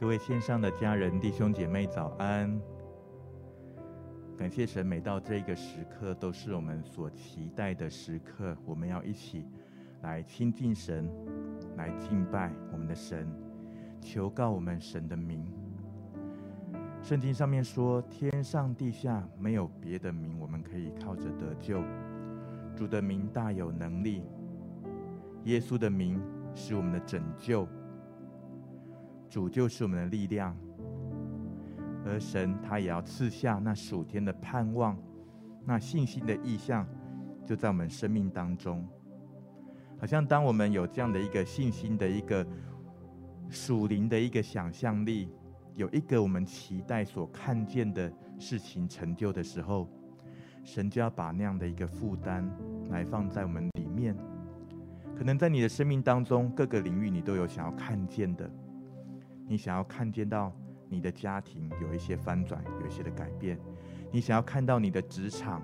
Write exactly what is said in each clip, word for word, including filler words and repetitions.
各位线上的家人弟兄姐妹早安。感谢神，每到这个时刻都是我们所期待的时刻，我们要一起来亲近神，来敬拜我们的神，求告我们神的名。圣经上面说，天上地下没有别的名我们可以靠着得救，主的名大有能力，耶稣的名是我们的拯救，主就是我们的力量，而神他也要赐下那属天的盼望，那信心的意象就在我们生命当中。好像当我们有这样的一个信心的一个属灵的一个想象力，有一个我们期待所看见的事情成就的时候，神就要把那样的一个负担来放在我们里面。可能在你的生命当中各个领域你都有想要看见的，你想要看见到你的家庭有一些翻转，有一些的改变，你想要看到你的职场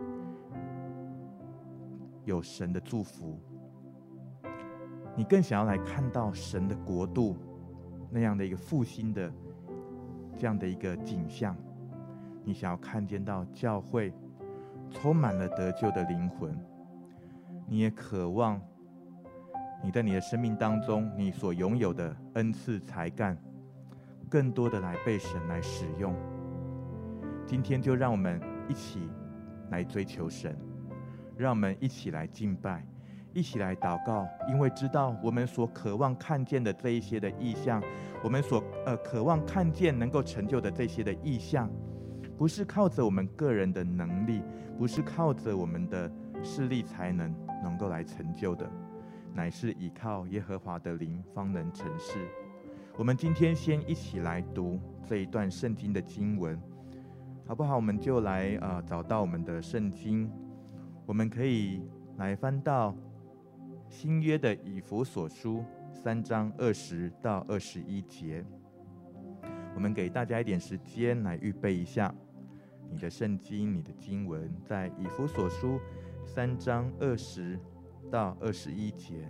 有神的祝福，你更想要来看到神的国度那样的一个复兴的这样的一个景象，你想要看见到教会充满了得救的灵魂，你也渴望你在你的生命当中你所拥有的恩赐才干更多的来被神来使用。今天就让我们一起来追求神，让我们一起来敬拜，一起来祷告，因为知道我们所渴望看见的这一些的意象，我们所呃渴望看见能够成就的这些的意象，不是靠着我们个人的能力，不是靠着我们的势力才能能够来成就的，乃是依靠耶和华的灵方能成事。我们今天先一起来读这一段圣经的经文，好不好？我们就来呃找到我们的圣经，我们可以来翻到新约的以弗所书三章二十到二十一节。我们给大家一点时间来预备一下你的圣经，你的经文，在以弗所书三章二十到二十一节。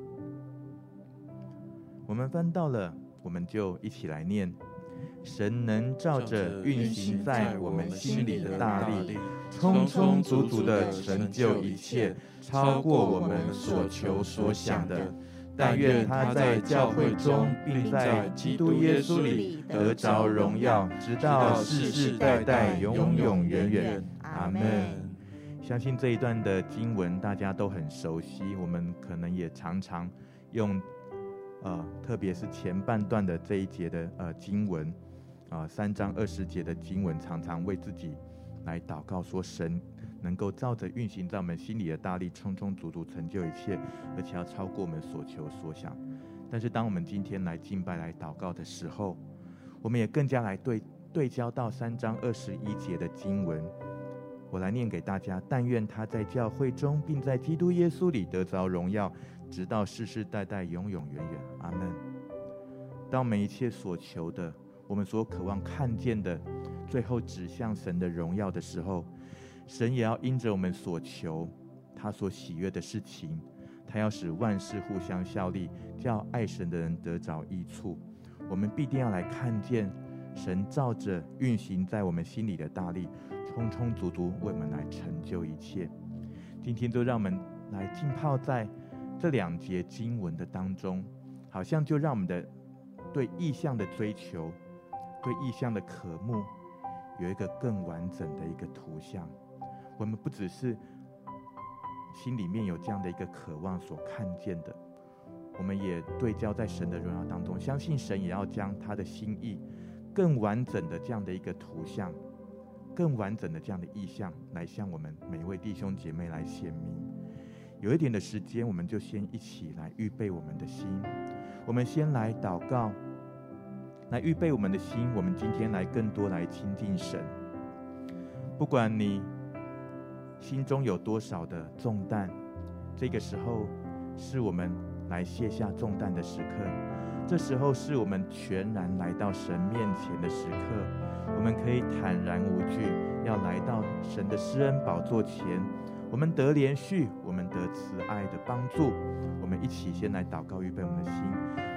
我们翻到了，我们就一起来念。神能照着运行在我们心里的大力，充充足足的成就一切，超过我们所求所想的。但愿他在教会中，并在基督耶稣里得着荣耀，直到世世代代，永永远远。阿们。相信这一段的经文大家都很熟悉，我们可能也常常用呃，特别是前半段的这一节的呃经文啊、呃，三章二十节的经文，常常为自己来祷告，说神能够照着运行在我们心里的大力，充充足足成就一切，而且要超过我们所求所想。但是当我们今天来敬拜来祷告的时候，我们也更加来对对焦到三章二十一节的经文。我来念给大家：但愿他在教会中，并在基督耶稣里得着荣耀，直到世世代代，永永远远。阿们。当我们一切所求的，我们所渴望看见的，最后指向神的荣耀的时候，神也要因着我们所求他所喜悦的事情，他要使万事互相效力，叫爱神的人得着益处。我们必定要来看见神照着运行在我们心里的大力，充充足足为我们来成就一切。今天就让我们来浸泡在这两节经文的当中，好像就让我们的对意象的追求，对意象的渴慕，有一个更完整的一个图像。我们不只是心里面有这样的一个渴望所看见的，我们也对焦在神的荣耀当中，相信神也要将他的心意更完整的这样的一个图像，更完整的这样的意象来向我们每一位弟兄姐妹来显明。有一点的时间，我们就先一起来预备我们的心，我们先来祷告，来预备我们的心，我们今天来更多来亲近神。不管你心中有多少的重担，这个时候是我们来卸下重担的时刻，这时候是我们全然来到神面前的时刻，我们可以坦然无惧，要来到神的施恩宝座前，我们得连续，我们得慈爱的帮助。我们一起先来祷告，预备我们的心。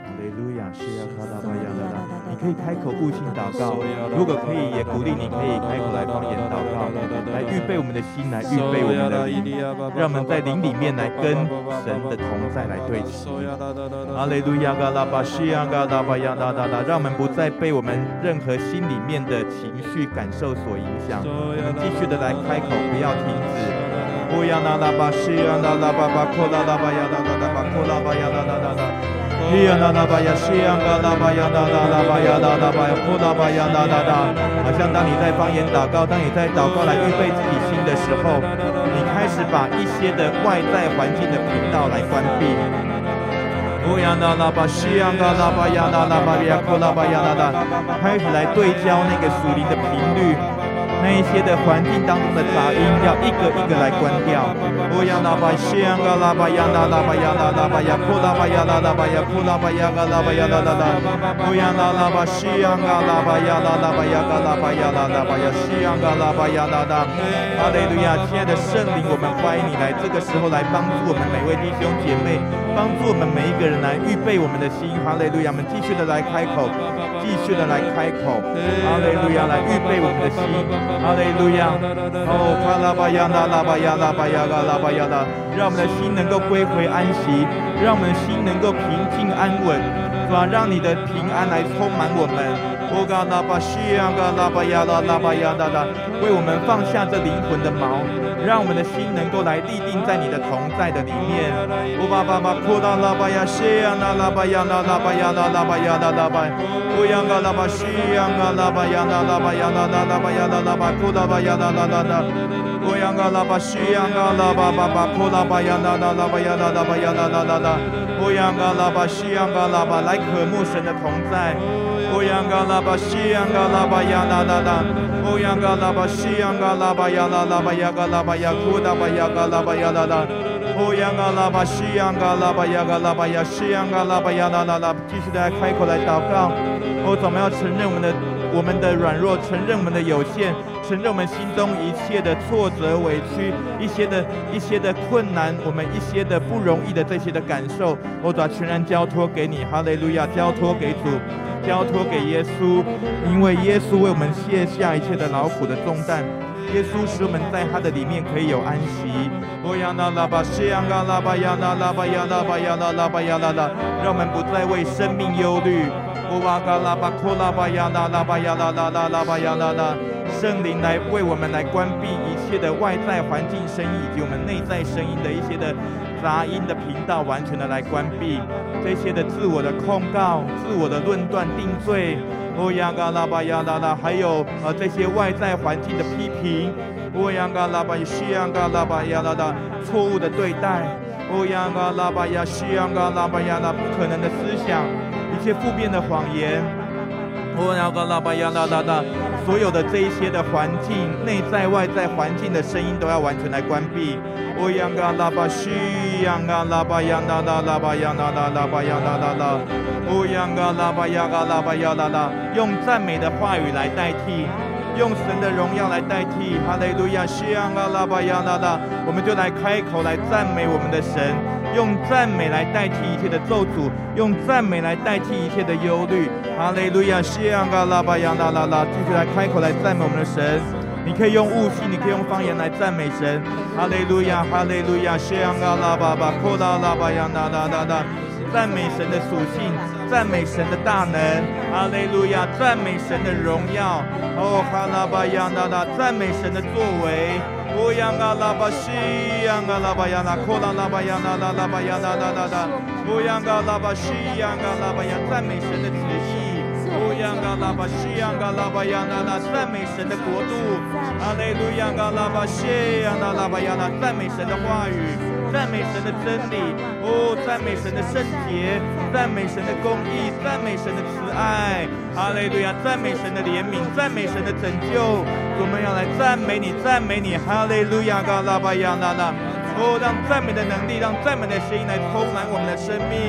哈利路亚，是呀，卡拉巴呀啦啦，你可以开口悟性祷告，如果可以，也鼓励你可以开口来方言祷告，来预备我们的心，来预备我们的灵，让我们在灵里面来跟神的同在来对齐。哈利路亚，卡拉巴是呀，卡拉巴呀啦啦啦，让我们不再被我们任何心里面的情绪感受所影响，我们继续的来开口，不要停止。乌呀啦啦巴是呀啦啦巴巴库啦啦巴呀啦啦啦巴库啦巴呀啦啦啦啦。咿呀啦啦吧呀，西呀嘎啦吧呀啦啦啦吧呀啦啦吧呀，呼啦吧呀啦啦啦。好像当你在方言祷告，当你在祷告来预备自己心的时候，你开始把一些的外在环境的频道来关闭。乌呀啦啦吧，西呀嘎啦吧呀啦啦吧呀，呼啦吧呀啦啦，开始来对焦那个属灵的频率。那一些的环境当中的杂音，要一个一个来关掉。乌呀啦吧，西呀嘎啦吧呀啦啦吧呀啦啦吧呀，呼啦吧呀啦啦吧呀，呼啦吧呀嘎啦吧呀啦啦啦。乌呀啦啦吧，西呀嘎啦吧呀啦啦吧呀嘎啦吧呀啦啦吧呀，西呀嘎啦吧呀啦啦。哈利路亚！亲爱的圣灵，我们欢迎你来这个时候来帮助我们每位弟兄姐妹，帮助我们每一个人来预备我们的心。哈利路亚！我们继续的来开口，继续的来开口。哈利路亚！来预备我们的心。哈利路亚！哦，卡拉巴呀啦啦巴呀啦巴呀啦啦巴呀啦，让我们的心能够归回安息，让我们的心能够平静安稳，是吧？让你的平安来充满我们。哦，嘎啦巴西呀嘎啦巴呀啦啦巴呀啦啦，为我们放下这灵魂的锚，让我们的心能够来立定在你的同在的里面。哦，巴巴巴库啦啦巴呀西呀啦啦巴呀啦啦巴呀啦啦巴呀啦啦巴，哦呀嘎啦巴西呀嘎啦巴呀啦啦巴呀啦啦啦巴呀啦啦巴库啦巴呀啦啦啦啦，哦呀嘎啦巴西呀嘎啦巴巴巴库啦巴呀啦啦啦巴呀啦啦巴呀啦啦啦啦，哦呀嘎啦巴西呀嘎啦巴来渴慕神的同在。哦呀嘎啦巴西呀嘎啦巴呀啦啦啦，哦呀嘎啦巴西呀嘎啦巴呀啦啦巴呀嘎啦巴呀库啦巴呀嘎啦巴呀啦啦，哦呀嘎啦巴西呀嘎啦巴呀嘎啦巴呀西呀嘎啦巴呀啦啦啦，继续的来开口来祷告。哦，我们要承认我们的我们的软弱，承认我们的有限，承认我们心中一切的挫折、委屈，一些的一些的困难，我们一些的不容易的这些的感受，我把全然交托给你。哈利路亚！交托给主，交托给耶稣，因为耶稣为我们卸下一切的劳苦的重担，耶稣使我们在他的里面可以有安息。哦呀啦啦吧，西呀嘎啦吧呀啦啦吧呀啦吧呀啦啦吧呀啦啦，让我们不再为生命忧虑。哦哇嘎啦吧库啦吧呀啦啦吧呀啦啦啦啦吧呀啦啦，圣灵来为我们来关闭一切的外在环境声音以及我们内在声音的一些的杂音的频道，完全的来关闭这些的自我的控告、自我的论断、定罪。哦呀嘎啦吧呀啦啦，还有呃这些外在环境的批评。哦呀嘎啦吧西呀嘎啦吧呀啦啦，错误的对待。哦呀嘎啦吧呀西呀嘎啦吧呀啦，不可能的思想，一切负面的谎言。哦呀嘎啦吧呀啦啦啦，所有的这一些的环境，内在外在环境的声音都要完全来关闭。哦呀嘎啦吧西呀嘎啦吧呀啦啦啦吧呀啦啦啦吧呀啦啦啦，哦呀嘎啦吧呀嘎啦吧呀啦啦，用赞美的话语来代替，用神的荣耀来代替。哈利路亚，西呀嘎啦吧呀啦啦，我们就来开口来赞美我们的神，用赞美来代替一切的咒诅，用赞美来代替一切的忧虑。哈利路亚，西呀嘎啦吧呀啦啦啦，继续来开口来赞美我们的神。你可以用悟性，你可以用方言来赞美神。哈利路亚，哈利路亚，西呀嘎啦吧吧，库啦啦吧呀啦啦啦啦，赞美神的属性，赞美神的大能。哈利路亚，赞美神的荣耀。哦，哈啦吧呀啦啦，赞美神的作为。哦呀嘎啦吧西呀嘎啦吧呀啦，库啦啦吧呀啦啦啦吧呀啦啦啦啦，哦呀嘎啦吧西呀嘎啦吧呀，赞美神的旨意。哦呀嘎啦吧西呀嘎啦吧呀啦啦，赞美神的国度。哈利路亚嘎啦吧西呀啦啦吧呀啦，赞美神的话语，赞美神的真理。哦，赞美神的圣洁，赞美神的公义，赞美神的慈爱。哈利路亚，赞美神的怜悯，赞美神的拯救。我们要来赞美你，赞美你。哈利路亚嘎啦吧呀啦啦。哦，让赞美的能力，让赞美的声音来充满我们的生命。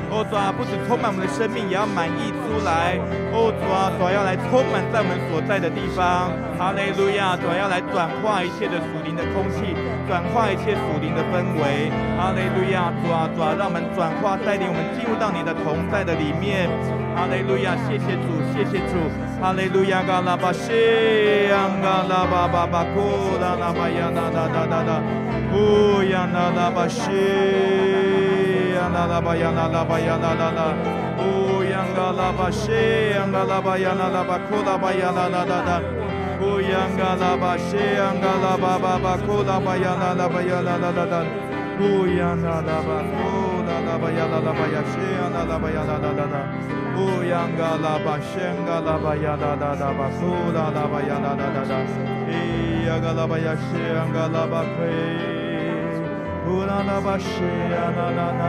哦，主啊，不只充满我们的生命，也要满溢出来。哦，主啊，主啊，要来充满在我们所在的地方。哈利路亚！主啊，要来转化一切的属灵的空气，转化一切属灵的氛围。哈利路亚！主啊，主啊，让我们转化，带领我们进入到你的同在的里面。哈利路亚！谢谢主，谢谢主。哈利路亚！嘎拉巴谢，嘎拉巴巴巴库，拉拉巴呀，哒哒哒哒哒，乌呀那拉巴谢，呀那拉巴呀那拉巴呀那拉拉，乌呀嘎拉巴谢，呀那拉巴呀那拉巴库拉巴呀那那那那，乌呀嘎拉巴谢，呀嘎拉巴巴巴库拉巴呀那拉巴呀那那那那，乌呀那拉巴库拉拉巴呀那拉巴呀谢呀那拉巴呀那那那那。乌央嘎拉巴宣嘎拉巴呀哒哒哒巴苏啦啦巴呀哒哒哒哒，咿呀嘎拉巴呀宣嘎拉巴奎，乌啦啦巴谢呀啦啦啦，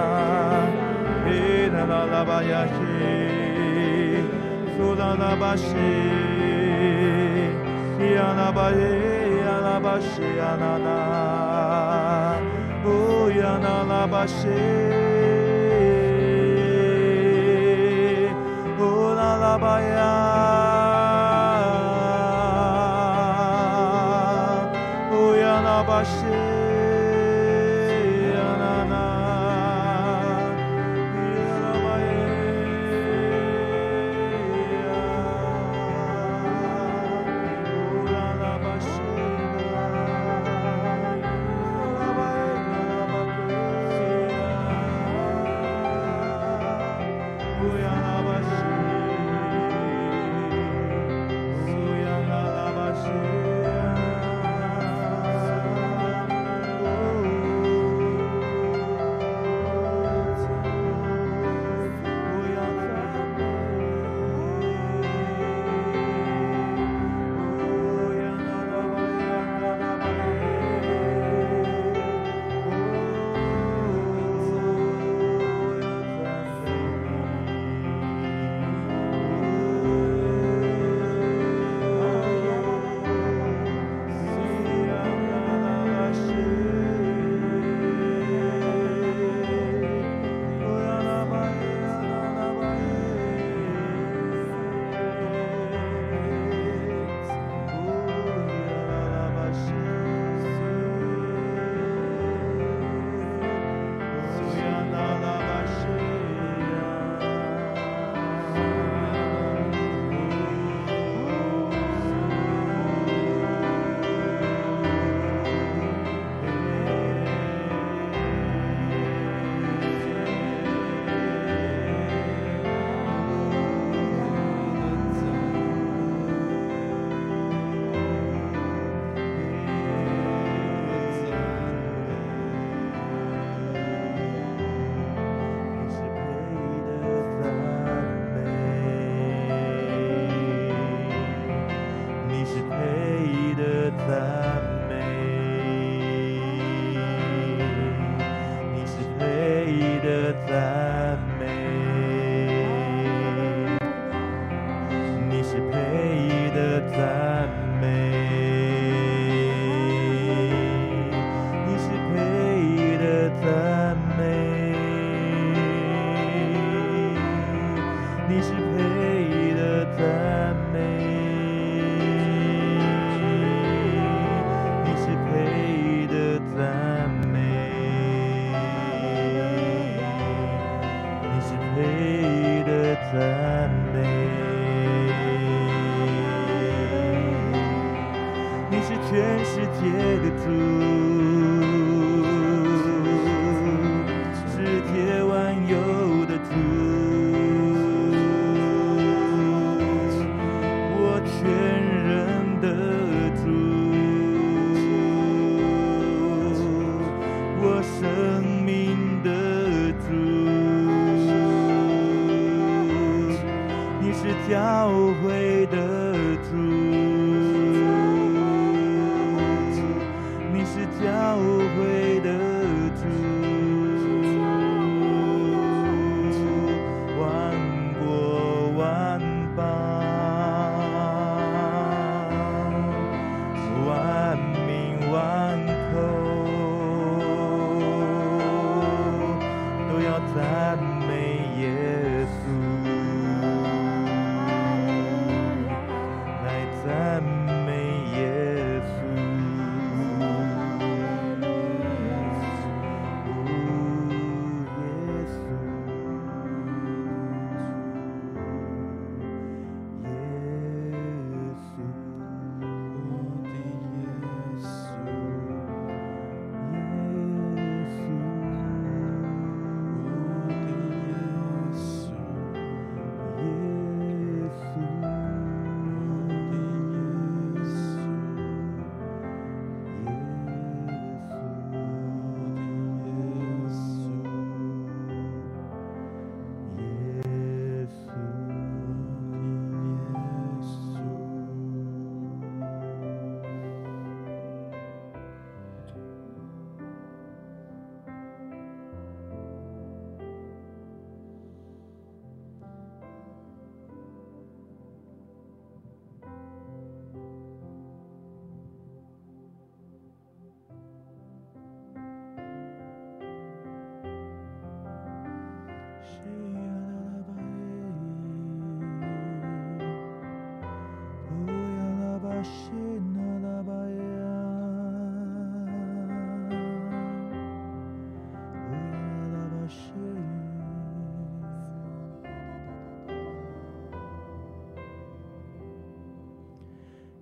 咿啦啦啦巴呀西，苏啦啦巴西，呀啦巴耶呀啦巴西呀啦啦，乌呀啦啦巴西。拉巴呀，乌呀拉巴西呀啦啦，呀拉巴耶呀，乌拉拉巴西呀，拉巴耶拉巴西呀，乌呀拉巴西。 你是教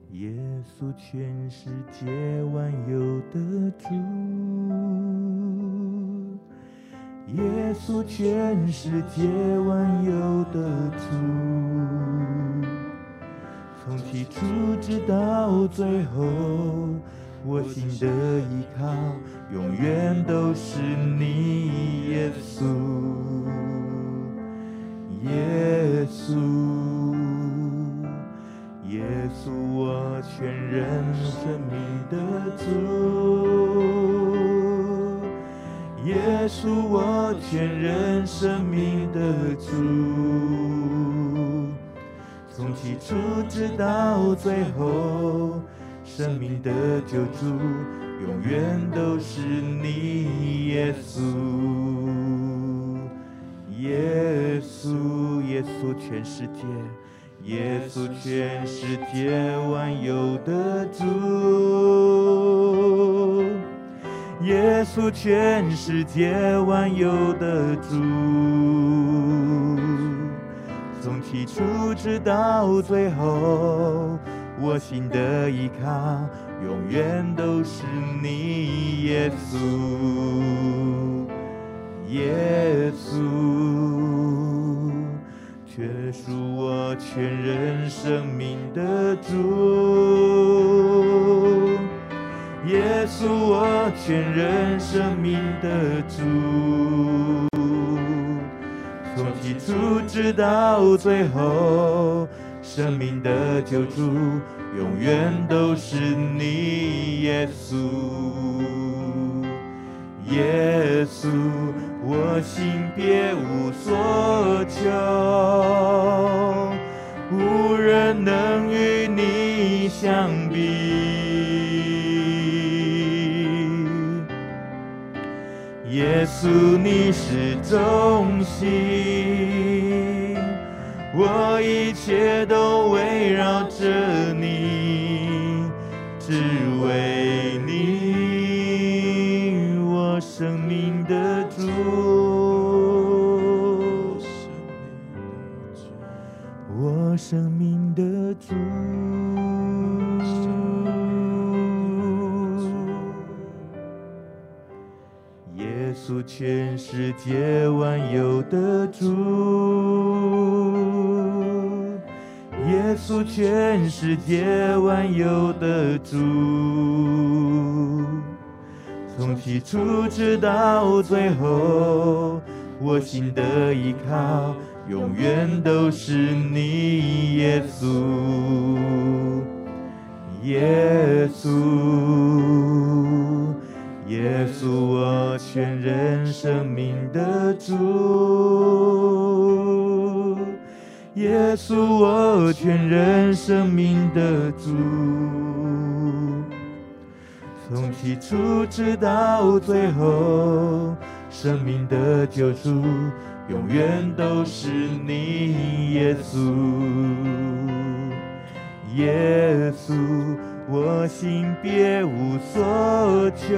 耶稣全世界万有的主，耶稣全世界万有的主，从起初直到最后，我心的依靠永远都是你，耶稣，耶稣，耶稣，我全人生命的主，耶稣，我全人生命的主，从起初直到最后，生命的救主永远都是你，耶稣，耶稣，耶稣全世界，耶稣全世界万有的主，耶稣全世界万有的主，从起初直到最后，我心的依靠永远都是你，耶稣，耶稣，却属我全人生命的主，耶稣，我全人生命的主，从起初直到最后，生命的救主永远都是你，耶稣，耶稣，我心别无所求，无人能与你相比，耶稣，你是中心，我一切都围绕着你，只为你，我生命的主，我生命的主，耶稣全世界万有的主，耶稣全世界万有的主，从起初直到最后，我心的依靠永远都是你，耶稣，耶稣，耶稣，我全人生命的主，耶稣，我全人生命的主，从起初直到最后，生命的救主永远都是你，耶稣，耶稣，我心别无所求，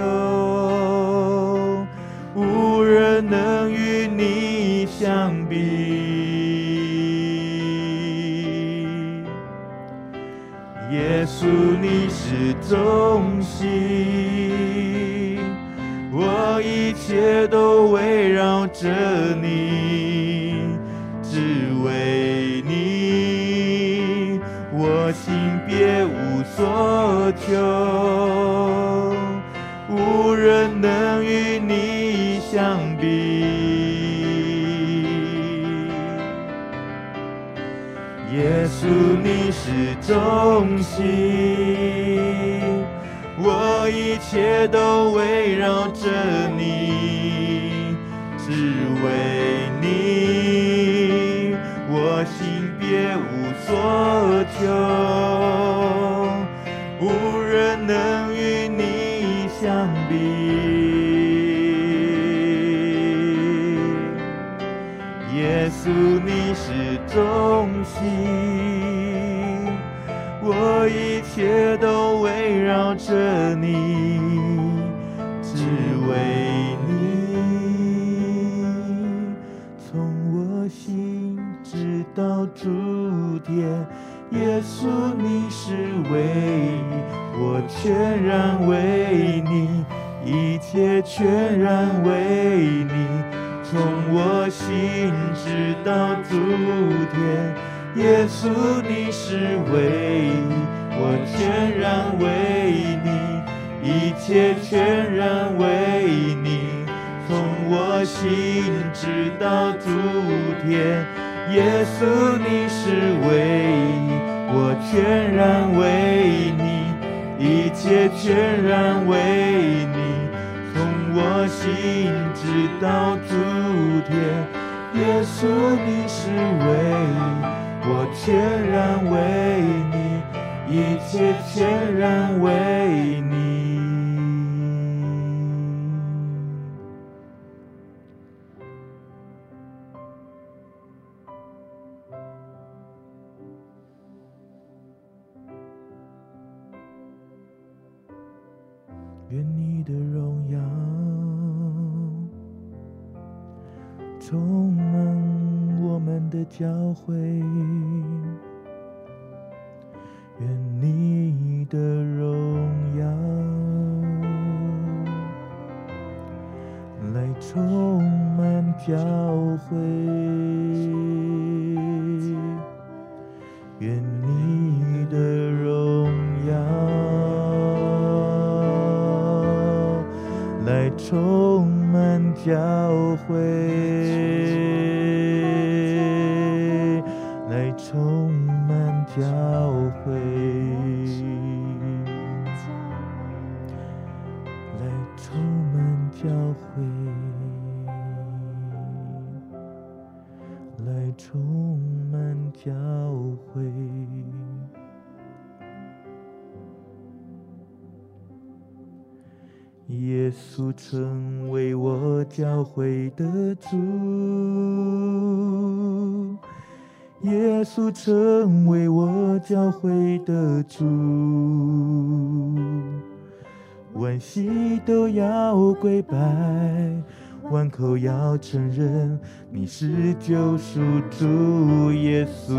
无人能与你相比，耶稣，你是中心，我一切都围绕着你，只为你，我心别无所求，无人能与你相比，耶稣，你是中心，我一切都围绕着你，只为你，我心别无所求，无人能与你相比，耶稣，你是中心，我一切都围绕着你，只为你，从我心直到诸天，耶稣， 稣你是唯一，我全然为你，一切全然为你，从我心直到诸天。耶稣你是唯一，我全然为你，一切全然为你，从我心直到诸天。耶稣你是唯一，我全然为你，一切全然为你，从我心直到诸天。耶稣你是唯一，我全然为你，一切全然为你。愿你的荣耀充满我们的教会，愿你的荣耀来充满教会，愿你的荣耀来充满教会，来充满教会，来充满教会，来充满教会。耶稣成为我教会的主，耶稣成为我教会的主，万膝都要跪拜，万口要承认你是救赎主。耶稣，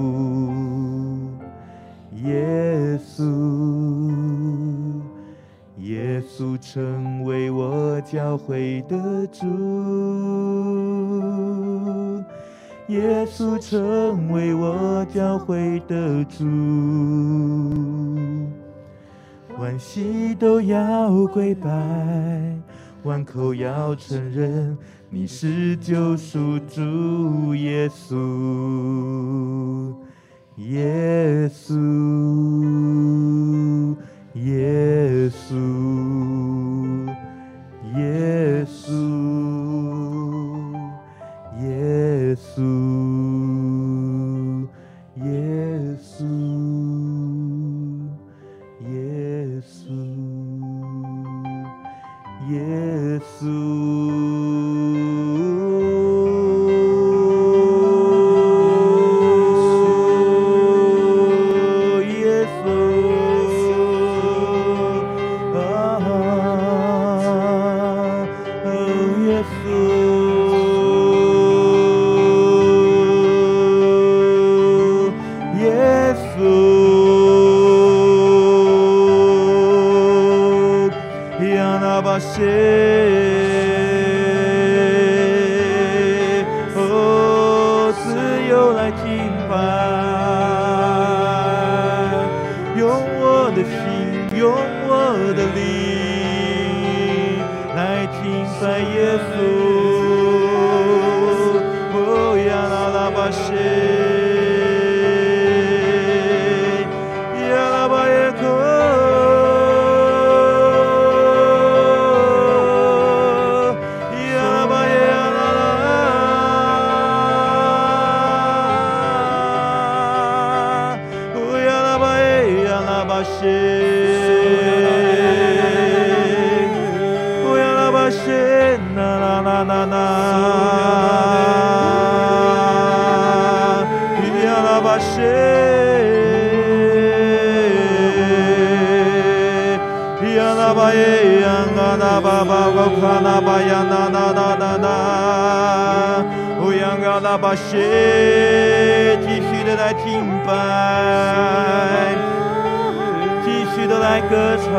耶稣，耶稣成为我教会的主，耶稣成为我教会的主，万膝都要跪拜，万口要承认你是救赎主。耶稣，耶稣，耶稣，耶稣，耶稣，耶稣，耶稣，耶稣。哦，自由来敬拜，用我的心，用我的灵来敬拜耶稣。哦呀啦啦吧谢，呀啦吧耶口。继续的的来敬拜，继续的来歌唱。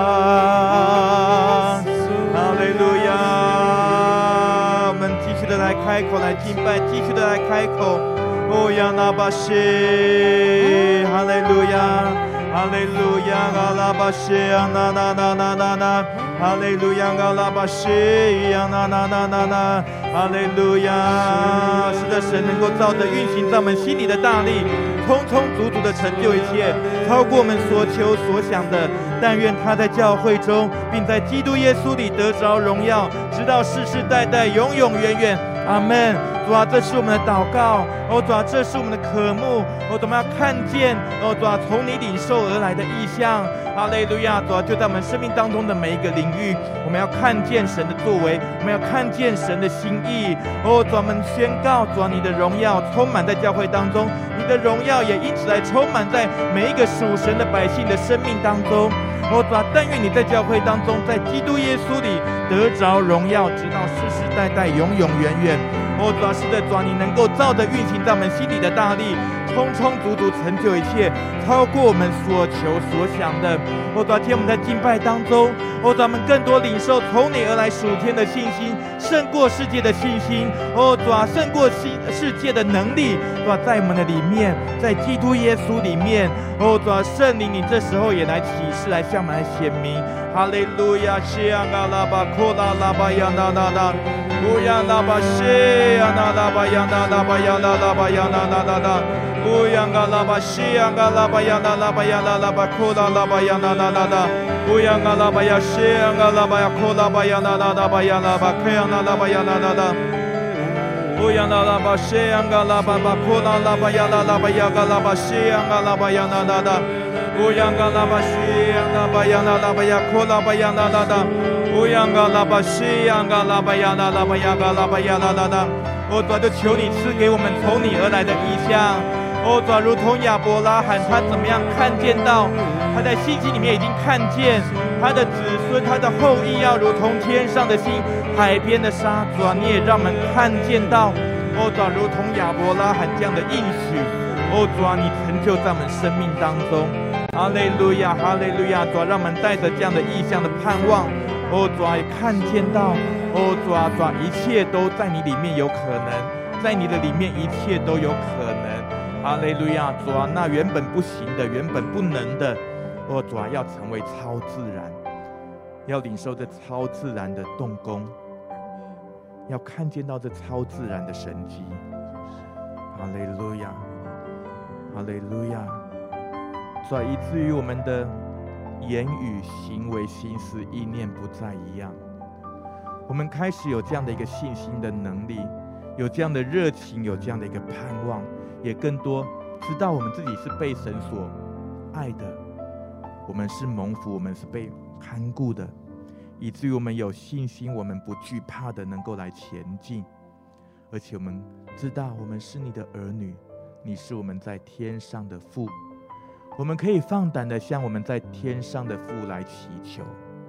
哈利路亚！我们继续的来开口来敬拜，继续的来开口。哦呀那巴西，哈利路亚，哈利路亚，阿拉巴西呀那那那那那那，哈利路亚，阿拉巴西呀那那那那那，哈利路亚！是的，神能够照着运行在我们心里的大力，充充足足的成就一切，超过我们所求所想的。但愿他在教会中，并在基督耶稣里得着荣耀，直到世世代代，永永远远。阿们。主啊，这是我们的祷告。哦，主啊，这是我们的渴慕。哦，我们要看见，哦，主啊，从你领受而来的意象。哈利路亚！主啊，就在我们生命当中的每一个领域，我们要看见神的作为，我们要看见神的心意。哦，主啊，我们宣告，主啊，你的荣耀充满在教会当中，你的荣耀也因此来充满在每一个属神的百姓的生命当中。哦，主啊，但愿你在教会当中，在基督耶稣里得着荣耀，直到世世代代，永永远远。哦，主啊，是的，主啊，你能够照着运行在我们心里的大力，充充足足成就一切，超过我们所求所想的。哦，主啊，今天我们在敬拜当中，哦，咱们更多领受从你而来属天的信心，胜过世界的信心。哦，主啊，胜过世界的能力，主啊，在我们的里面，在基督耶稣里面。哦，主啊，圣灵，你这时候也来启示，来向我们来显明。哈利路亚，西安嘎拉巴库拉拉巴亚那那那，乌亚拉巴西亚那拉巴亚那拉巴亚那拉巴亚那那那那，乌亚嘎拉巴西亚嘎拉巴亚那拉巴亚那拉巴库拉拉巴亚那那那那，乌亚嘎拉巴亚西亚嘎拉巴亚库拉巴亚那那拉巴亚那巴克亚那拉巴亚那那那。乌亚那拉巴西亚嘎拉巴巴库拉拉巴亚那拉巴亚嘎拉巴西亚嘎拉巴亚那那那。乌央嘎拉巴西央嘎巴央那拉巴呀库拉巴呀那那那，乌央嘎拉巴西央嘎拉巴呀那拉巴呀嘎拉巴呀那那那。哦，主啊，就求你赐给我们从你而来的意象。哦，主啊，如同亚伯拉罕他怎么样看见到，他在信心里面已经看见他的子孙，他的后裔要如同天上的星，海边的沙。主啊，你也让我们看见到，哦，主啊，如同亚伯拉罕这样的应许。哦，主啊，你成就在我们生命当中。哈利路亚，哈利路亚！主啊，让我们带着这样的意象的盼望，哦，主啊，也看见到，哦，主啊，主啊，一切都在你里面有可能，在你的里面一切都有可能。哈利路亚！主啊，那原本不行的，原本不能的，哦，主啊，要成为超自然，要领受这超自然的动工，要看见到这超自然的神迹。哈利路亚，哈利路亚！主啊，以至于我们的言语、行为、心思、意念不再一样，我们开始有这样的一个信心的能力，有这样的热情，有这样的一个盼望，也更多知道我们自己是被神所爱的，我们是蒙福，我们是被看顾的，以至于我们有信心，我们不惧怕的能够来前进，而且我们知道我们是你的儿女，你是我们在天上的父，我们可以放胆的向我们在天上的父来祈求。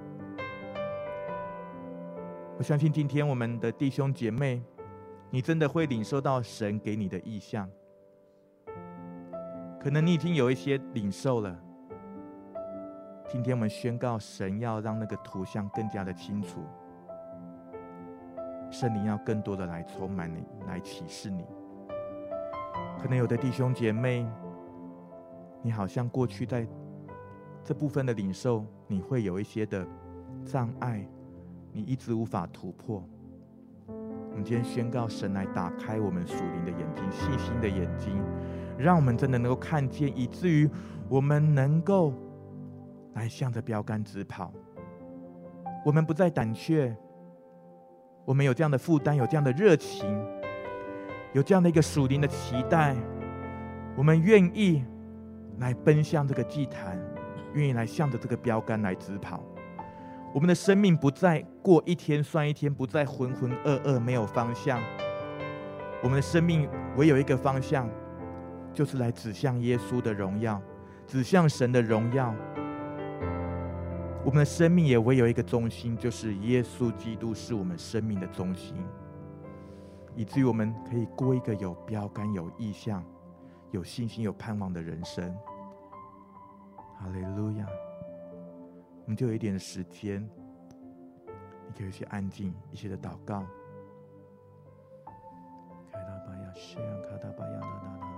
我相信今天我们的弟兄姐妹，你真的会领受到神给你的意象，可能你已经有一些领受了。今天我们宣告，神要让那个图像更加的清楚，圣灵要更多的来充满你，来启示你。可能有的弟兄姐妹，你好像过去在这部分的领受，你会有一些的障碍，你一直无法突破。我们今天宣告，神来打开我们属灵的眼睛，细心的眼睛，让我们真的能够看见，以至于我们能够来向着标杆直跑。我们不再胆怯，我们有这样的负担，有这样的热情，有这样的一个属灵的期待，我们愿意来奔向这个祭坛，愿意来向着这个标杆来直跑。我们的生命不再过一天算一天，不再浑浑噩噩没有方向。我们的生命唯有一个方向，就是来指向耶稣的荣耀，指向神的荣耀。我们的生命也唯有一个中心，就是耶稣基督是我们生命的中心，以至于我们可以过一个有标杆、有意向、 有信心、有盼望的人生。哈利路亚！我们就有一点时间，你可以去安静一些的祷告。开达巴亚西安卡达巴亚达达达。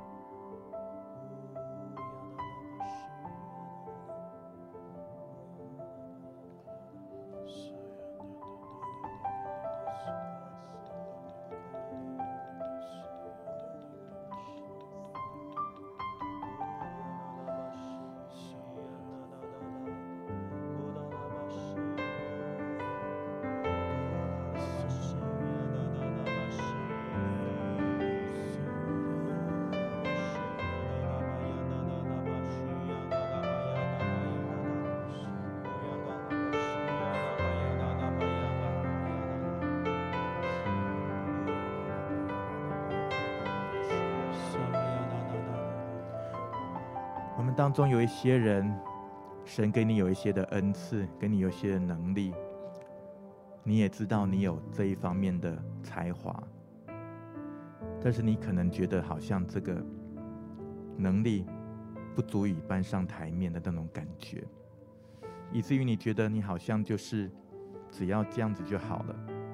我们当中有一些人，神给你有一些的恩赐，给你有一些的能力，你也知道你有这一方面的才华，但是你可能觉得好像这个能力不足以搬上台面的那种感觉，以至于你觉得你好像就是只要这样子就好了，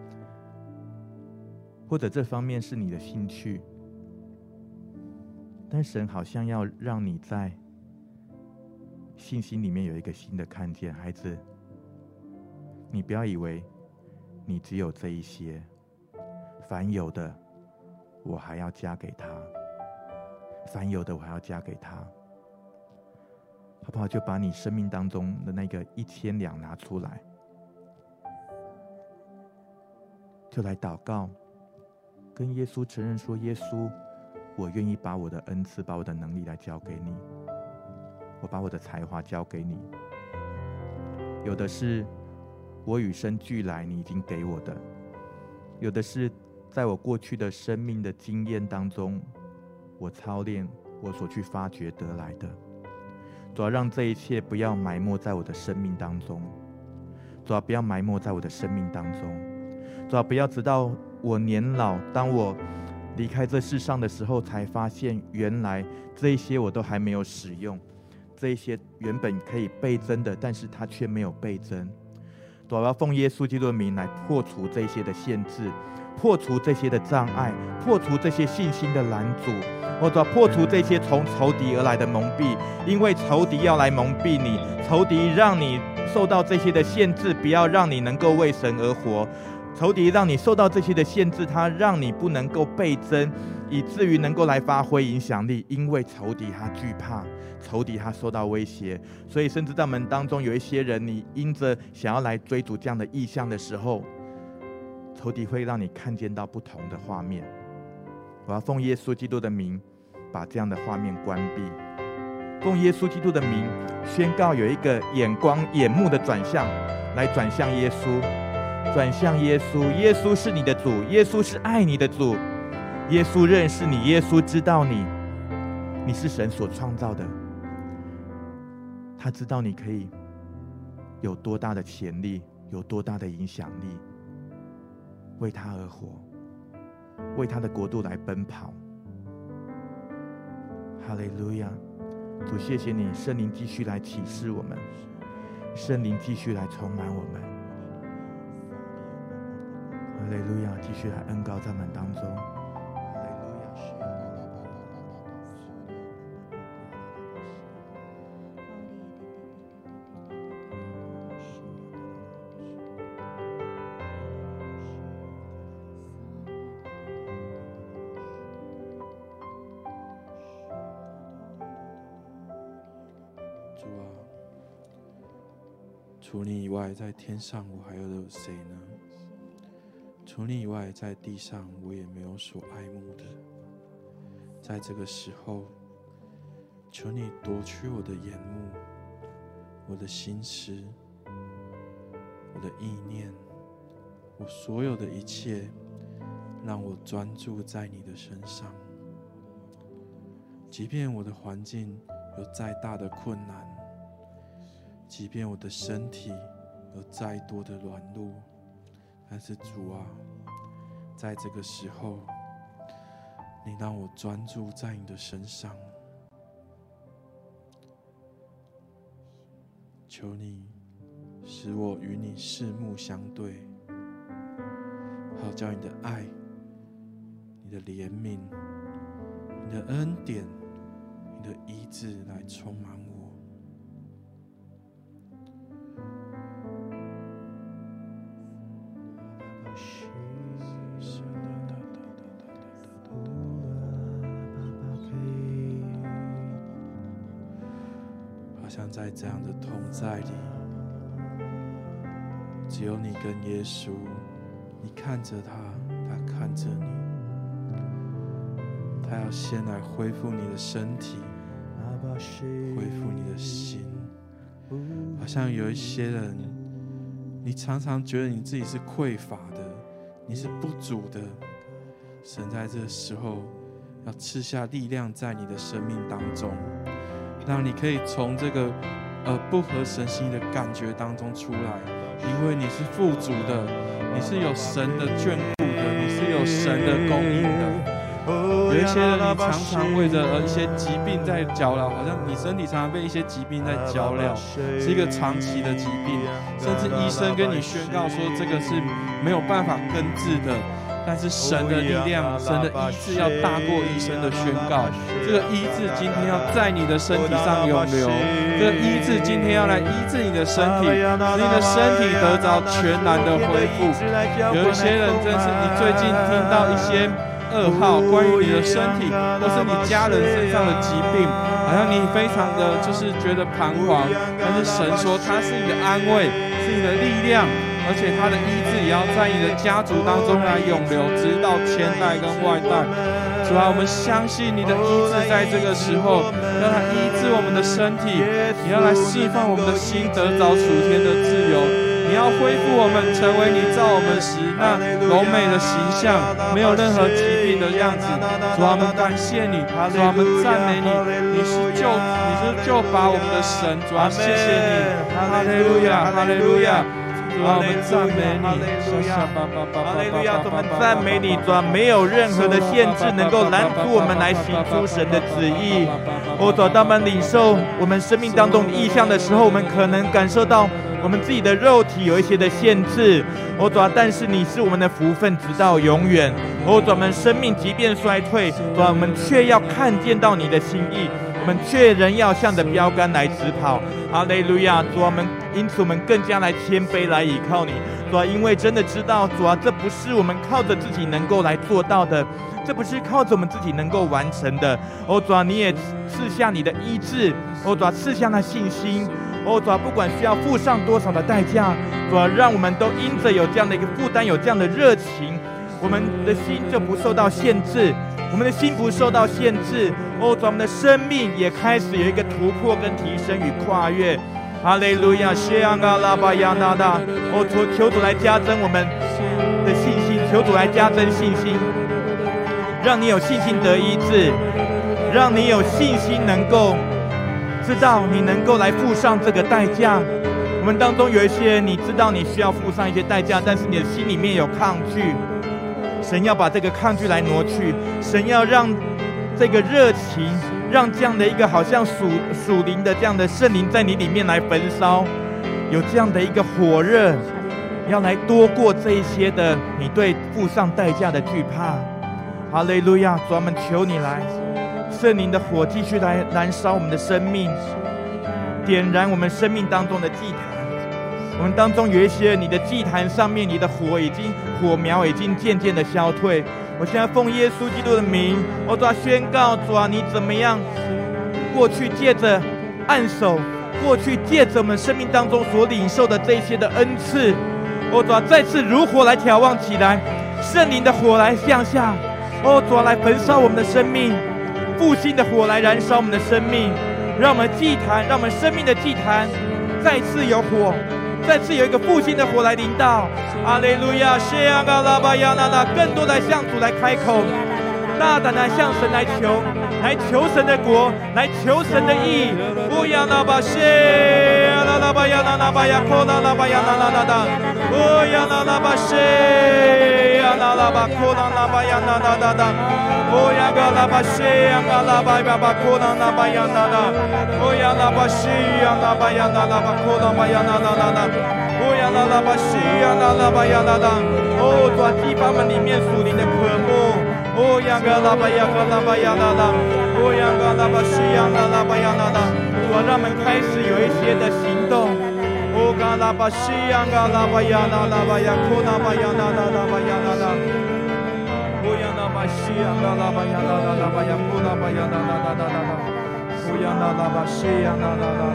或者这方面是你的兴趣，但神好像要让你在信心里面有一个新的看见。孩子，你不要以为你只有这一些，凡有的我还要加给他，凡有的我还要加给他，好不好？就把你生命当中的那个一千两拿出来，就来祷告，跟耶稣承认说，耶稣，我愿意把我的恩赐，把我的能力来交给你，我把我的才华交给你，有的是我与生俱来你已经给我的，有的是在我过去的生命的经验当中，我操练我所去发掘得来的。主要让这一切不要埋没在我的生命当中，主要不要埋没在我的生命当中，主要不要直到我年老，当我离开这世上的时候，才发现原来这一些我都还没有使用，这一些原本可以倍增的，但是它却没有倍增。主要奉耶稣基督的名来破除这些的限制，破除这些的障碍，破除这些信心的拦阻，或者破除这些从仇敌而来的蒙蔽，因为仇敌要来蒙蔽你，仇敌让你受到这些的限制，不要让你能够为神而活。仇敌让你受到这些的限制，他让你不能够倍增，以至于能够来发挥影响力，因为仇敌他惧怕，仇敌他受到威胁，所以甚至在我们当中有一些人，你因着想要来追逐这样的意向的时候，仇敌会让你看见到不同的画面。我要奉耶稣基督的名把这样的画面关闭，奉耶稣基督的名宣告有一个眼光眼目的转向，来转向耶稣，转向耶稣。耶稣是你的主，耶稣是爱你的主，耶稣认识你，耶稣知道你，你是神所创造的，他知道你可以有多大的潜力，有多大的影响力，为他而活，为他的国度来奔跑。哈利路亚！主，谢谢你，圣灵继续来启示我们，圣灵继续来充满我们。哈利路亚！继续来恩膏在我们当中。 主啊，除你以外，在天上我还有谁呢？除你以外，在地上我也没有所爱慕的。在这个时候，求你夺去我的眼目，我的心思，我的意念，我所有的一切，让我专注在你的身上。即便我的环境有再大的困难，即便我的身体有再多的软弱，但是主啊，在这个时候， 你让我专注在你的身上。求你使我与你四目相对，好叫你的爱、你的怜悯、你的恩典、你的医治来充满我。好像在这样的同在里，只有你跟耶稣，你看着他，他看着你，他要先来恢复你的身体，恢复你的心。好像有一些人，你常常觉得你自己是匮乏的，你是不足的，神在这时候要赐下力量在你的生命当中，让你可以从这个呃不合神心意的感觉当中出来，因为你是富足的，你是有神的眷顾的，你是有神的供应的。有一些人，你常常为着一些疾病在搅扰，好像你身体常常被一些疾病在搅扰，是一个长期的疾病，甚至医生跟你宣告说这个是没有办法根治的。但是神的力量，神的医治要大过医生的宣告。这个医治今天要在你的身体上涌流，这个医治今天要来医治你的身体，使你的身体得着全然的恢复。有一些人，真是你最近听到一些噩耗，关于你的身体或是你家人身上的疾病，好像你非常的就是觉得彷徨。但是神说他是你的安慰，是你的力量，而且他的医治也要在你的家族当中来涌流，直到千代跟万代。主啊，我们相信你的医治在这个时候要来医治我们的身体，你要来释放我们的心，得着属天的自由。你要恢复我们，成为你造我们时那柔美的形象，没有任何疾病的样子。主啊，我们感谢你，主啊，我们赞美你，你是救，你是救拔我们的神。主啊，谢谢你，哈利路亚，哈利路亚。主啊，我们赞美你， 哈利路亚，主，我们赞美你。主啊，没有任何的限制能够拦阻我们来行出神的旨意。哦，主啊，当我们领受我们生命当中的意象的时候，我们可能感受到我们自己的肉体有一些的限制。哦，主啊，但是你是我们的福分，直到永远。哦，主啊，我们生命即便衰退，主啊，我们却要看见到你的心意，我们却仍要向着标杆来直跑。哈利路亚，主啊，我们因此我们更加来谦卑来倚靠你。主啊，因为真的知道，主啊，这不是我们靠着自己能够来做到的，这不是靠着我们自己能够完成的。哦，主啊，你也赐下你的医治，哦，主啊，赐下那信心。哦，主啊，不管需要付上多少的代价，主啊，让我们都因着有这样的一个负担，有这样的热情，我们的心就不受到限制，我们的心不受到限制。哦，主啊，我们的生命也开始有一个突破跟提升与跨越。哈利路亚，谢安嘎拉巴亚纳达。哦，求求主来加增我们的信心，求主来加增信心，让你有信心得医治，让你有信心能够知道你能够来付上这个代价。我们当中有一些人，你知道你需要付上一些代价，但是你的心里面有抗拒。神要把这个抗拒来挪去，神要让这个热情，让这样的一个好像属属灵的这样的圣灵在你里面来焚烧，有这样的一个火热，要来多过这一些的你对付上代价的惧怕。哈利路亚，主啊，我们求你来，圣灵的火继续来燃烧我们的生命，点燃我们生命当中的祭坛。我们当中有一些你的祭坛上面，你的火已经火苗已经渐渐的消退。我现在奉耶稣基督的名，我主啊，宣告，主啊，你怎么样过去借着按手，过去借着我们生命当中所领受的这些的恩赐，我主啊，再次如火来眺望起来，圣灵的火来向下，哦，主啊，来焚烧我们的生命，复兴的火来燃烧我们的生命，让我们祭坛，让我们生命的祭坛再次有火，再次有一个复兴的火来临到。哈利路亚，谢安嘎拉巴亚纳纳，更多来向主来开口，大胆来向神来求，来求神的国，来求神的义。不要那巴谢拉拉巴亚纳纳巴亚科拉拉巴亚纳纳纳达，不要那拉巴谢呀啦啦吧，库啦啦吧呀啦啦啦啦，哦呀个啦吧西呀啦啦吧呀吧库啦啦吧呀啦啦，哦呀啦吧西呀啦吧呀啦啦吧库啦吧呀啦啦啦啦，哦呀啦啦吧西呀啦啦吧呀啦啦，哦，主啊，激发们里面属灵的渴慕，哦呀个啦吧呀个啦吧呀啦啦，哦呀个啦吧西呀啦啦吧呀啦啦，主啊，让我们开始有一些的行动。哦，嘎啦巴西呀，嘎啦巴呀，啦啦巴呀，库啦巴呀，啦啦啦巴呀，啦啦。哦呀啦巴西呀，嘎啦巴呀，啦啦啦巴呀，库啦巴呀，啦啦啦啦啦啦。哦呀啦啦巴西呀，啦啦啦啦。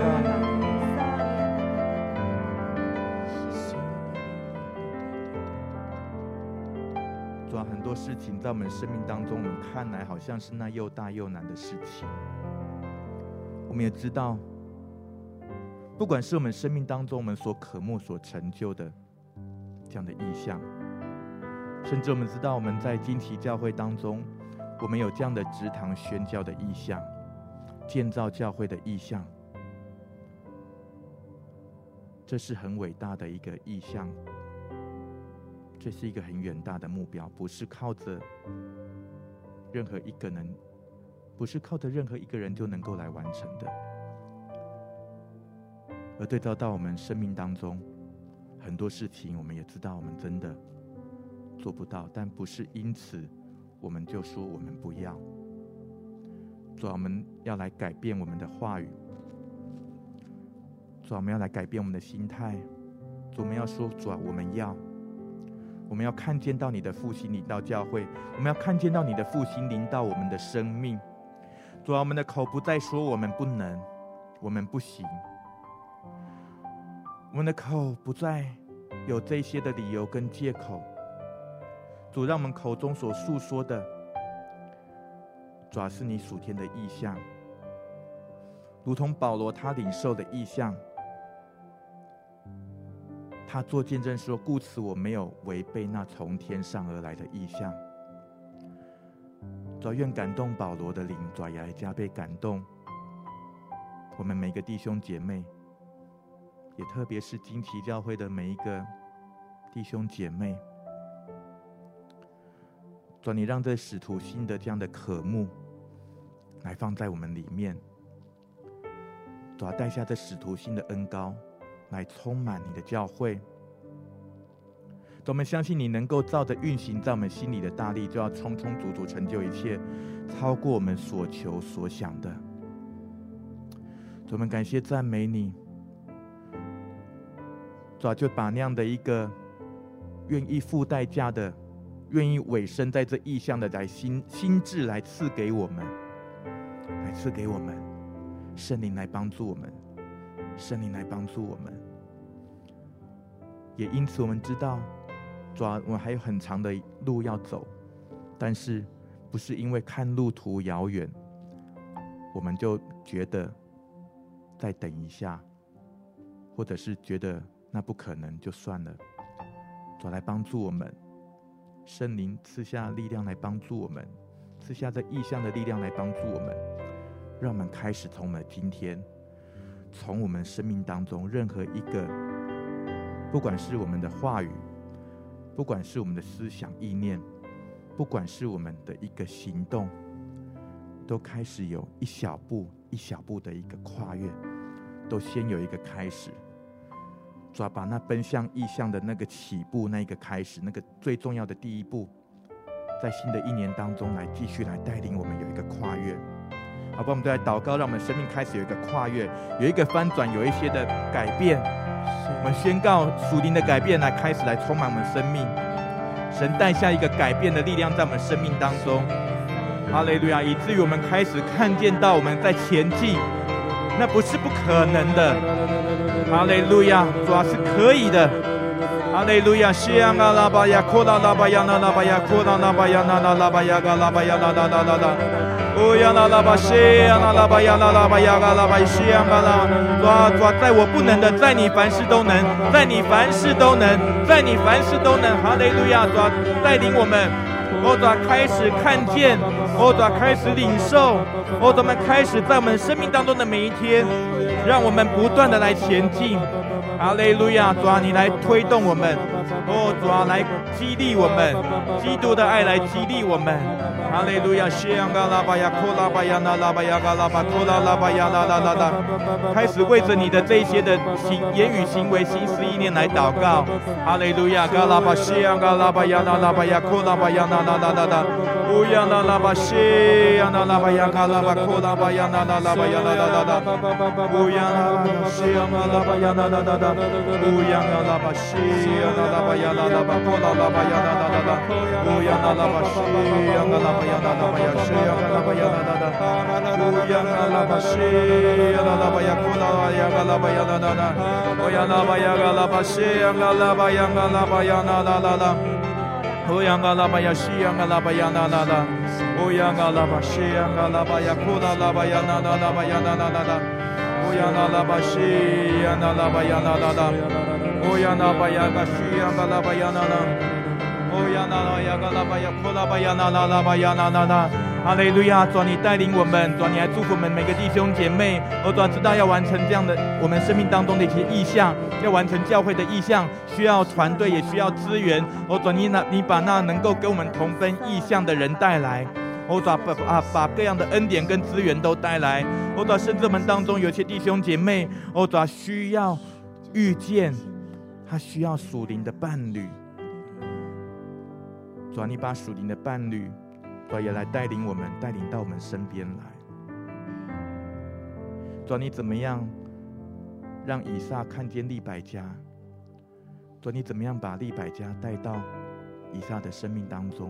主啊，很多事情在我们生命当中，我们看来好像是那又大又难的事情。我们也知道。不管是我们生命当中我们所渴慕所成就的这样的意向，甚至我们知道我们在金旗教会当中，我们有这样的植堂宣教的意向，建造教会的意向，这是很伟大的一个意向，这是一个很远大的目标，不是靠着任何一个人，不是靠着任何一个人就能够来完成的。而对照到我们生命当中很多事情，我们也知道我们真的做不到，但不是因此我们就说我们不要。主啊，我们要来改变我们的话语，主啊，我们要来改变我们的心态，主，我们要说，主啊，我们要我们要看见到你的复兴临到教会，我们要看见到你的复兴临到我们的生命。主啊，我们的口不再说我们不能，我们不行，我们的口不再有这些的理由跟借口。主，让我们口中所述说的，主要是你属天的意象，如同保罗他领受的意象，他做见证说，故此我没有违背那从天上而来的意象。主，愿感动保罗的灵，主也来加倍感动我们每个弟兄姐妹，也特别是金旗教会的每一个弟兄姐妹。主，你让这使徒性的这样的渴慕来放在我们里面，主，带下这使徒性的恩膏来充满你的教会。主，我们相信你能够照着运行在我们心里的大力，就要充充足足成就一切，超过我们所求所想的。主，我们感谢赞美你。主，就把那样的一个愿意付代价的，愿意委身在这意象的来心心智来赐给我们，来赐给我们，圣灵来帮助我们，圣灵来帮助我们。也因此我们知道，主啊，我们还有很长的路要走，但是不是因为看路途遥远，我们就觉得再等一下，或者是觉得那不可能就算了。主，来帮助我们，圣灵赐下力量来帮助我们，赐下这意象的力量来帮助我们，让我们开始从我们今天，从我们生命当中任何一个，不管是我们的话语，不管是我们的思想意念，不管是我们的一个行动，都开始有一小步一小步的一个跨越，都先有一个开始。主啊，把那奔向意象的那个起步，那一个开始，那个最重要的第一步，在新的一年当中来继续来带领我们有一个跨越。好吧，我们都来祷告，让我们生命开始有一个跨越，有一个翻转，有一些的改变。我们宣告属灵的改变来开始来充满我们生命，神带下一个改变的力量在我们生命当中。哈利路亚！以至于我们开始看见到我们在前进，那不是不可能的。哈利路亚！主啊，是可以的。哈利路亚！西呀嘎拉巴呀，库拉拉巴呀，那拉巴呀，库拉拉巴呀，那那拉巴呀，嘎拉巴呀，那那那那那。哦呀啦啦吧，西呀啦啦吧呀啦啦吧呀嘎啦吧西呀嘎啦。主啊，主啊，在我不能的，在你凡事都能，在你凡事都能，在你凡事都能。哈利路亚！主啊，带领我们。哦，主啊，开始看见，哦，主啊，开始领受，哦，主啊，开始在我们生命当中的每一天，让我们不断的来前进， 哈利路亚！主啊，你来推动我们，哦，主啊，来激励我们，基督的爱来激励我们。哈利路亚！谢安嘎拉巴呀，库拉巴呀，那拉巴呀，嘎拉巴，库拉拉巴呀，啦啦啦啦！开始为着你的这些的行言语行为、心思意念来祷告。哈利路亚！嘎拉巴谢安嘎拉巴呀，那拉巴呀，库拉巴呀，那啦啦啦啦！乌呀啦啦巴谢呀，那拉巴呀，嘎拉巴库拉巴呀，那啦啦巴呀，啦啦啦啦！乌呀啦巴谢安嘎拉巴呀，那啦啦啦！乌呀啦啦巴谢呀，那拉巴呀，啦啦巴库拉拉巴呀，啦啦啦啦！乌呀啦啦巴谢呀，那拉巴呀，啦啦巴呀，谢呀，那拉巴呀，啦啦啦！乌呀啦啦巴谢呀，那拉巴呀，库拉呀，嘎拉巴呀，啦啦啦！乌呀啦巴呀，嘎拉巴谢呀，嘎拉巴呀，嘎拉巴呀，啦啦啦啦！乌呀嘎拉巴呀，西呀嘎拉巴呀，啦啦啦！乌呀嘎拉巴西呀嘎拉巴呀，库拉拉巴呀，啦啦啦巴呀，啦啦啦啦！乌呀嘎拉巴西呀，啦啦巴呀，啦啦啦！乌呀啦巴呀，嘎西呀嘎拉巴呀，啦啦！乌呀啦啦呀嘎拉巴呀，库拉巴呀，啦啦啦巴呀，啦啦啦！哈利路亚！主啊，你带领我们，主啊，你来祝福我们每个弟兄姐妹。哦，主啊，知道要完成这样的我们生命当中的一些意向，要完成教会的意向，需要团队，也需要资源。哦，主啊，你那，你把那能够跟我们同分意向的人带来。哦，主啊，把把把各样的恩典跟资源都带来。哦，主啊，甚至我们当中有些弟兄姐妹，哦，主啊，需要遇见，他需要属灵的伴侣。主啊，你把属灵的伴侣。主啊，也来带领我们，带领到我们身边来。主啊，你怎么样让以撒看见利百加？主啊，你怎么样把利百加带到以撒的生命当中？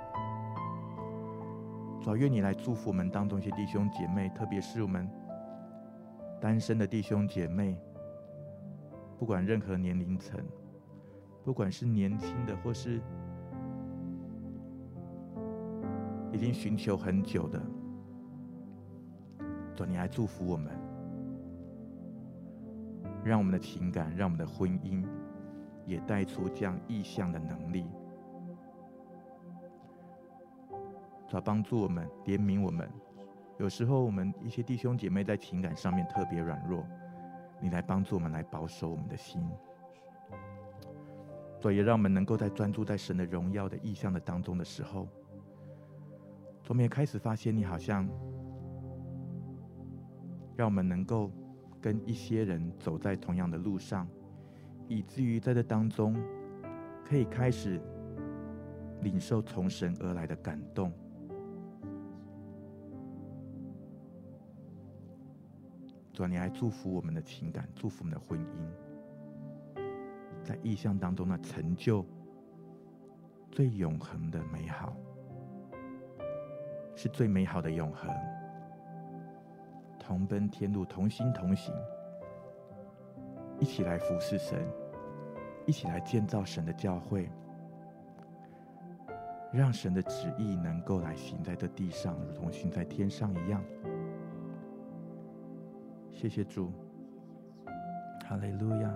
主啊，愿你来祝福我们当中一些弟兄姐妹，特别是我们单身的弟兄姐妹，不管任何年龄层，不管是年轻的或是已经寻求很久的，主，你来祝福我们，让我们的情感，让我们的婚姻也带出这样意向的能力。主，帮助我们，怜悯我们。有时候我们一些弟兄姐妹在情感上面特别软弱，你来帮助我们，来保守我们的心。主，也让我们能够在专注在神的荣耀的意向的当中的时候，我们也开始发现，你好像让我们能够跟一些人走在同样的路上，以至于在这当中可以开始领受从神而来的感动。主啊，你来祝福我们的情感，祝福我们的婚姻，在意象当中的成就最永恒的美好，是最美好的永恒。同奔天路，同心同行，一起来服侍神，一起来建造神的教会，让神的旨意能够来行在这地上，如同行在天上一样。谢谢主，哈利路亚。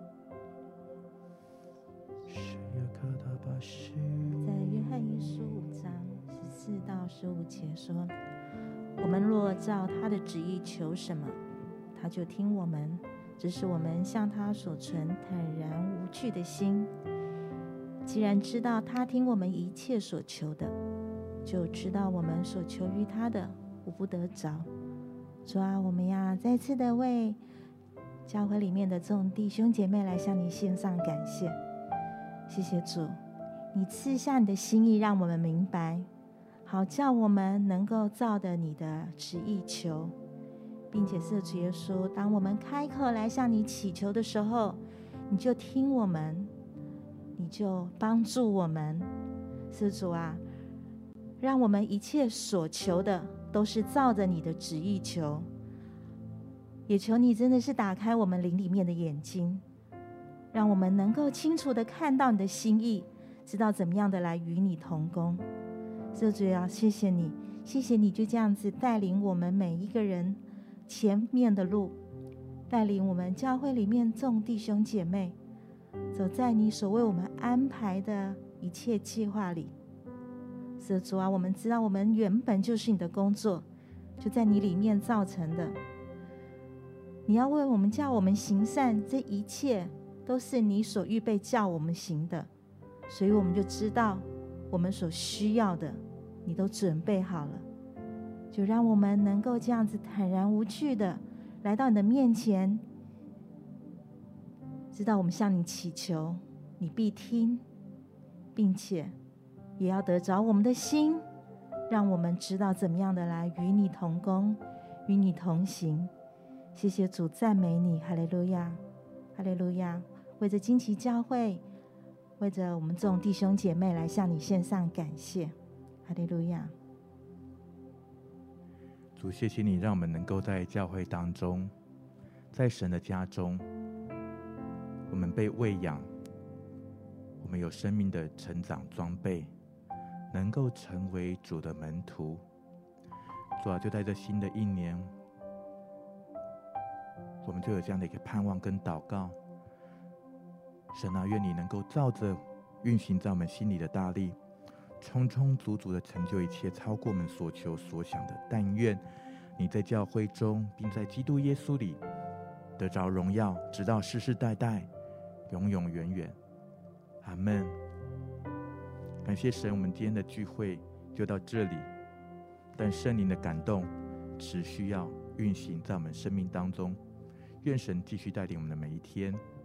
在约翰一书五章十四到十五节说，我们若照他的旨意求什么，他就听我们，只是我们向他所存坦然无惧的心。既然知道他听我们一切所求的，就知道我们所求于他的无不得着。主啊，我们要再次的为教会里面的众弟兄姐妹来向你献上感谢。谢谢主，你赐下你的心意让我们明白，好叫我们能够照着你的旨意求，并且是主耶稣，当我们开口来向你祈求的时候，你就听我们，你就帮助我们。是主啊，让我们一切所求的都是照着你的旨意求，也求你真的是打开我们灵里面的眼睛，让我们能够清楚的看到你的心意，知道怎么样的来与你同工。是主啊，谢谢你，谢谢你就这样子带领我们每一个人前面的路，带领我们教会里面众弟兄姐妹走在你所为我们安排的一切计划里。是主啊，我们知道我们原本就是你的工作，就在你里面造成的。 你要为我们叫我们行善，这一切都是你所预备叫我们行的，所以我们就知道我们所需要的你都准备好了。就让我们能够这样子坦然无惧的来到你的面前，知道我们向你祈求，你必听，并且也要得着我们的心，让我们知道怎么样的来与你同工，与你同行。谢谢主，赞美你，哈利路亚，哈利路亚。为着金旗教会，为着我们众弟兄姐妹来向你献上感谢，哈利路亚。 主，谢谢你让我们能够在教会当中，在神的家中，我们被喂养，我们有生命的成长装备，能够成为主的门徒。主啊，就在这新的一年，我们就有这样的一个盼望跟祷告。神啊，愿你能够照着运行在我们心里的大力，充充足足的成就一切超过我们所求所想的。但愿你在教会中，并在基督耶稣里得着荣耀，直到世世代代，永永远远。阿们。感谢神，我们今天的聚会就到这里，但圣灵的感动持续要运行在我们生命当中。愿神继续带领我们的每一天。